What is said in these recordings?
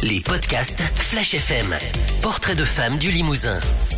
Les podcasts Flash FM. Portrait de femmes du Limousin.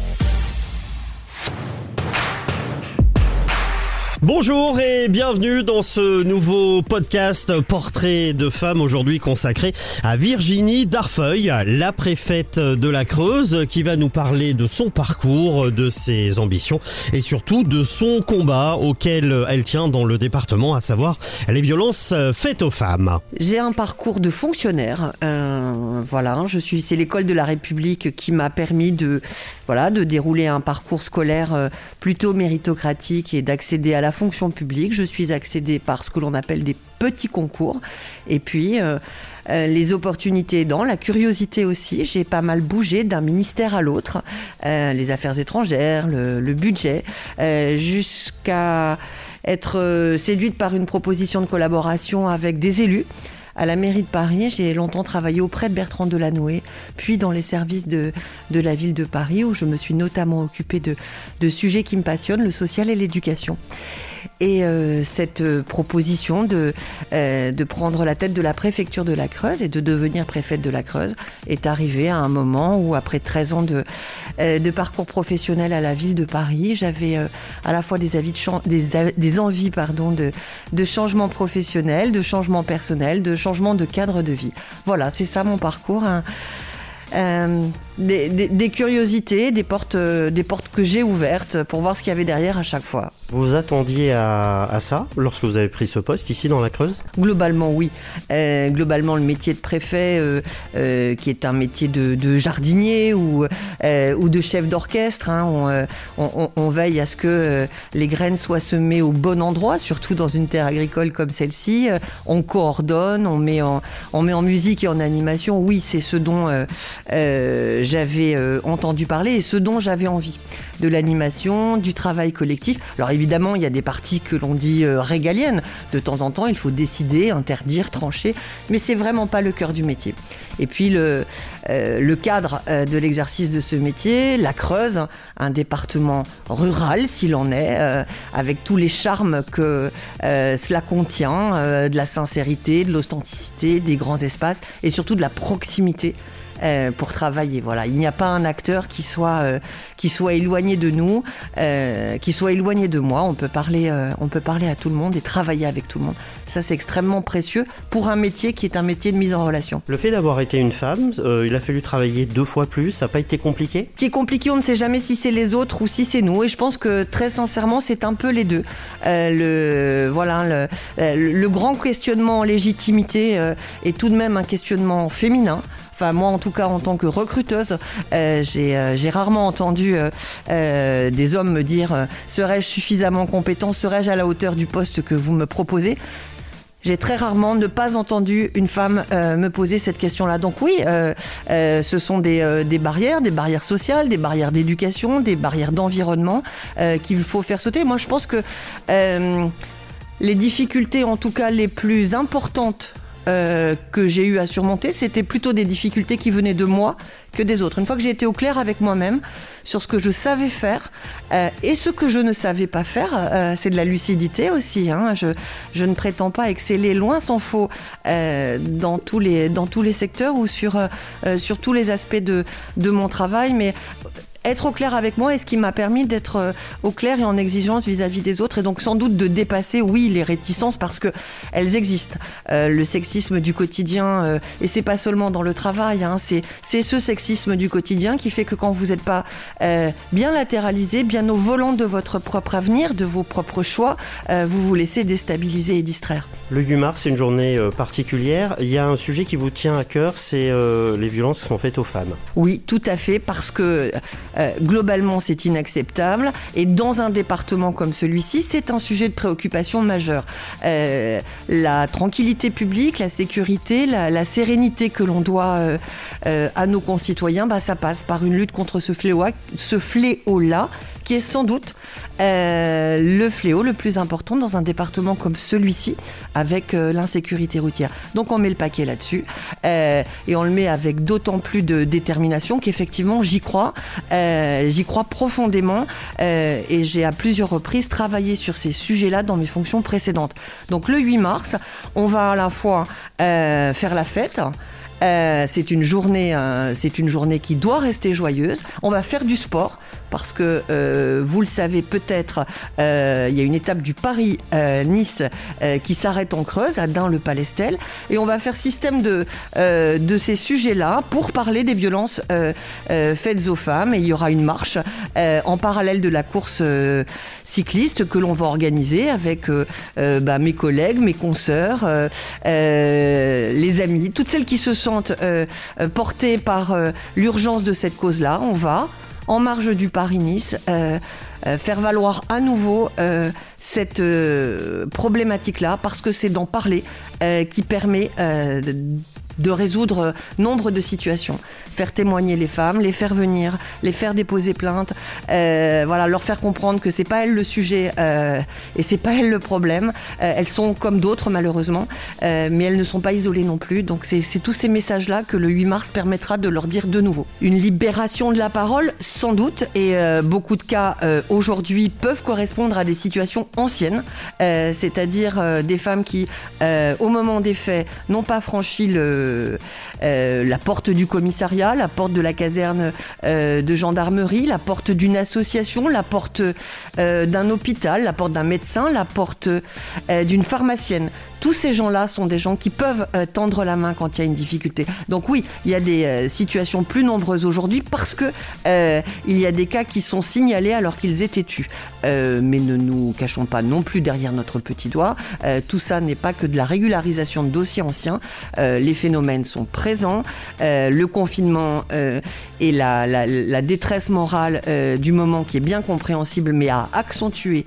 Bonjour et bienvenue dans ce nouveau podcast Portrait de femmes, aujourd'hui consacré à Virginie Darfeuille, la préfète de la Creuse, qui va nous parler de son parcours, de ses ambitions et surtout de son combat auquel elle tient dans le département, à savoir les violences faites aux femmes. J'ai un parcours de fonctionnaire, c'est l'école de la République qui m'a permis de dérouler un parcours scolaire plutôt méritocratique et d'accéder à la fonction publique. Je suis accédée par ce que l'on appelle des petits concours. Et puis, les opportunités aidant, la curiosité aussi. J'ai pas mal bougé d'un ministère à l'autre. Les affaires étrangères, le budget, jusqu'à être séduite par une proposition de collaboration avec des élus. À la mairie de Paris, j'ai longtemps travaillé auprès de Bertrand Delanoë, puis dans les services de la ville de Paris, où je me suis notamment occupée de sujets qui me passionnent, le social et l'éducation. Et cette proposition de prendre la tête de la préfecture de la Creuse et de devenir préfète de la Creuse est arrivée à un moment où, après 13 ans de parcours professionnel à la ville de Paris, j'avais à la fois des envies de changement professionnel, de changement personnel, de changement de cadre de vie. Voilà, c'est ça mon parcours. Des curiosités, des portes que j'ai ouvertes pour voir ce qu'il y avait derrière à chaque fois. Vous vous attendiez à ça lorsque vous avez pris ce poste ici dans la Creuse ? Globalement, oui. Globalement, le métier de préfet, qui est un métier de jardinier ou de chef d'orchestre, on veille à ce que les graines soient semées au bon endroit, surtout dans une terre agricole comme celle-ci. On coordonne, on met en musique et en animation. Oui, c'est ce dont j'avais entendu parler et ce dont j'avais envie. De l'animation, du travail collectif. Alors évidemment, il y a des parties que l'on dit régaliennes. De temps en temps, il faut décider, interdire, trancher. Mais c'est vraiment pas le cœur du métier. Et puis le cadre de l'exercice de ce métier, la Creuse, un département rural s'il en est, avec tous les charmes que cela contient, de la sincérité, de l'authenticité, des grands espaces et surtout de la proximité. Pour travailler. Voilà, il n'y a pas un acteur qui soit éloigné de nous, qui soit éloigné de moi. On peut parler à tout le monde et travailler avec tout le monde. Ça, c'est extrêmement précieux pour un métier qui est un métier de mise en relation. Le fait d'avoir été une femme, il a fallu travailler 2 fois plus. Ça n'a pas été compliqué ? Ce qui est compliqué, on ne sait jamais si c'est les autres ou si c'est nous. Et je pense que très sincèrement, c'est un peu les deux. Le grand questionnement en légitimité est tout de même un questionnement féminin. Enfin, moi, en tout cas, en tant que recruteuse, j'ai rarement entendu des hommes me dire « Serais-je suffisamment compétent ? Serais-je à la hauteur du poste que vous me proposez ?» J'ai très rarement ne pas entendu une femme me poser cette question-là. Donc oui, ce sont des barrières sociales, des barrières d'éducation, des barrières d'environnement qu'il faut faire sauter. Moi, je pense que les difficultés, en tout cas les plus importantes, que j'ai eu à surmonter, c'était plutôt des difficultés qui venaient de moi que des autres. Une fois que j'ai été au clair avec moi-même sur ce que je savais faire et ce que je ne savais pas faire, c'est de la lucidité aussi. Je ne prétends pas exceller, loin s'en faut, dans tous les secteurs ou sur tous les aspects de mon travail, mais être au clair avec moi est ce qui m'a permis d'être au clair et en exigence vis-à-vis des autres et donc sans doute de dépasser, oui, les réticences parce que elles existent. Le sexisme du quotidien, et c'est pas seulement dans le travail, c'est ce sexisme du quotidien qui fait que quand vous n'êtes pas bien latéralisé, bien au volant de votre propre avenir, de vos propres choix, vous vous laissez déstabiliser et distraire. Le 8 mars, c'est une journée particulière. Il y a un sujet qui vous tient à cœur, c'est les violences qui sont faites aux femmes. Oui, tout à fait, parce que globalement, c'est inacceptable. Et dans un département comme celui-ci, c'est un sujet de préoccupation majeur. La tranquillité publique, la sécurité, la sérénité que l'on doit à nos concitoyens, ça passe par une lutte contre ce fléau-là, qui est sans doute le fléau le plus important dans un département comme celui-ci, avec l'insécurité routière. Donc on met le paquet là-dessus, et on le met avec d'autant plus de détermination qu'effectivement j'y crois profondément, et j'ai à plusieurs reprises travaillé sur ces sujets-là dans mes fonctions précédentes. Donc le 8 mars, on va à la fois faire la fête, C'est une journée qui doit rester joyeuse. On va faire du sport parce que vous le savez peut-être, il y a une étape du Paris-Nice qui s'arrête en Creuse, à Dun-le-Palestel, et on va faire système de ces sujets-là pour parler des violences faites aux femmes. Et il y aura une marche en parallèle de la course cycliste que l'on va organiser avec mes collègues, mes consoeurs, les amis, toutes celles qui se sentent portées par l'urgence de cette cause-là. On va, en marge du Paris-Nice, faire valoir à nouveau cette problématique-là, parce que c'est d'en parler qui permet de résoudre nombre de situations. Faire témoigner les femmes, les faire venir, les faire déposer plainte, leur faire comprendre que c'est pas elles le sujet et c'est pas elles le problème. Elles sont comme d'autres malheureusement, mais elles ne sont pas isolées non plus. Donc c'est tous ces messages-là que le 8 mars permettra de leur dire de nouveau. Une libération de la parole, sans doute, et beaucoup de cas aujourd'hui peuvent correspondre à des situations anciennes, c'est-à-dire des femmes qui, au moment des faits, n'ont pas franchi la porte du commissariat, la porte de la caserne de gendarmerie, la porte d'une association, la porte d'un hôpital, la porte d'un médecin, la porte d'une pharmacienne. Tous ces gens-là sont des gens qui peuvent tendre la main quand il y a une difficulté. Donc oui, il y a des situations plus nombreuses aujourd'hui parce que il y a des cas qui sont signalés alors qu'ils étaient tus. Mais ne nous cachons pas non plus derrière notre petit doigt. Tout ça n'est pas que de la régularisation de dossiers anciens. Les phénomènes sont présents. Le confinement et la détresse morale du moment qui est bien compréhensible, mais a accentué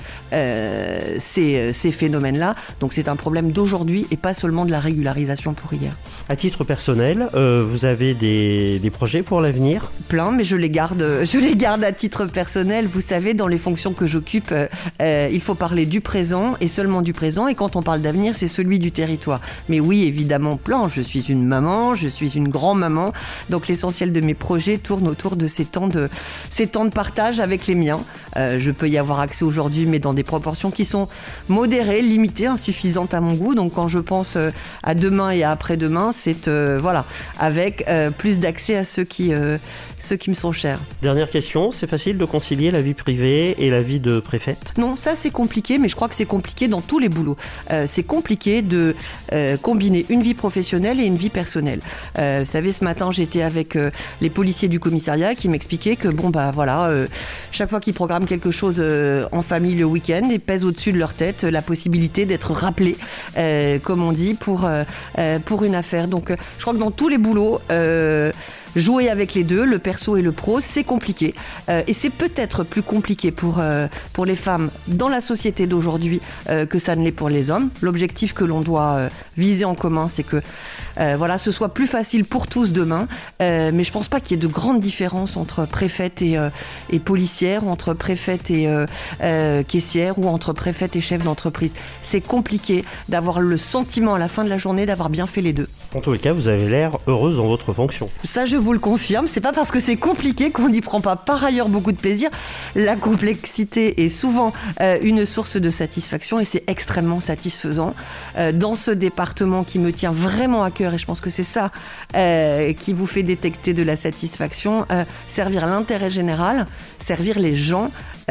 ces phénomènes-là. Donc c'est un problème d'aujourd'hui et pas seulement de la régularisation pour hier. À titre personnel, vous avez des projets pour l'avenir ? Plein, mais je les garde à titre personnel. Vous savez, dans les fonctions que j'occupe, il faut parler du présent et seulement du présent. Et quand on parle d'avenir, c'est celui du territoire. Mais oui, évidemment, plein. Je suis une maman, je suis une grand-maman. Donc l'essentiel de mes projets tourne autour de ces temps de partage avec les miens. Je peux y avoir accès aujourd'hui, mais dans des proportions qui sont modérées, limitées, insuffisantes à mon goût. Donc quand je pense à demain et à après-demain, c'est avec plus d'accès à ceux qui me sont chers. Dernière question, c'est facile de concilier la vie privée et la vie de préfète ? Non, ça c'est compliqué, mais je crois que c'est compliqué dans tous les boulots. C'est compliqué de combiner une vie professionnelle et une vie personnelle. Vous savez, ce matin j'étais avec les policiers du commissariat qui m'expliquaient que chaque fois qu'ils programment quelque chose en famille le week-end, ils pèsent au-dessus de leur tête la possibilité d'être rappelés, comme on dit, pour une affaire. Donc je crois que dans tous les boulots, jouer avec les deux, le perso et le pro, c'est compliqué. Et c'est peut-être plus compliqué pour les femmes dans la société d'aujourd'hui que ça ne l'est pour les hommes. L'objectif que l'on doit viser en commun, c'est que ce soit plus facile pour tous demain. Mais je pense pas qu'il y ait de grandes différences entre préfète et policière, entre préfète et caissière, ou entre préfète et chef d'entreprise. C'est compliqué d'avoir le sentiment à la fin de la journée d'avoir bien fait les deux. En tous les cas, vous avez l'air heureuse dans votre fonction. Ça, je vous le confirme. C'est pas parce que c'est compliqué qu'on n'y prend pas par ailleurs beaucoup de plaisir. La complexité est souvent une source de satisfaction et c'est extrêmement satisfaisant. Dans ce département qui me tient vraiment à cœur, et je pense que c'est ça qui vous fait détecter de la satisfaction, servir l'intérêt général, servir les gens,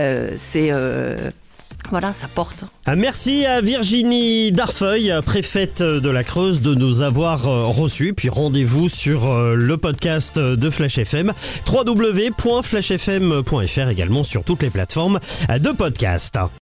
ça porte. Merci à Virginie Darfeuil, préfète de la Creuse, de nous avoir reçus. Puis rendez-vous sur le podcast de Flash FM, www.flashfm.fr, également sur toutes les plateformes de podcast.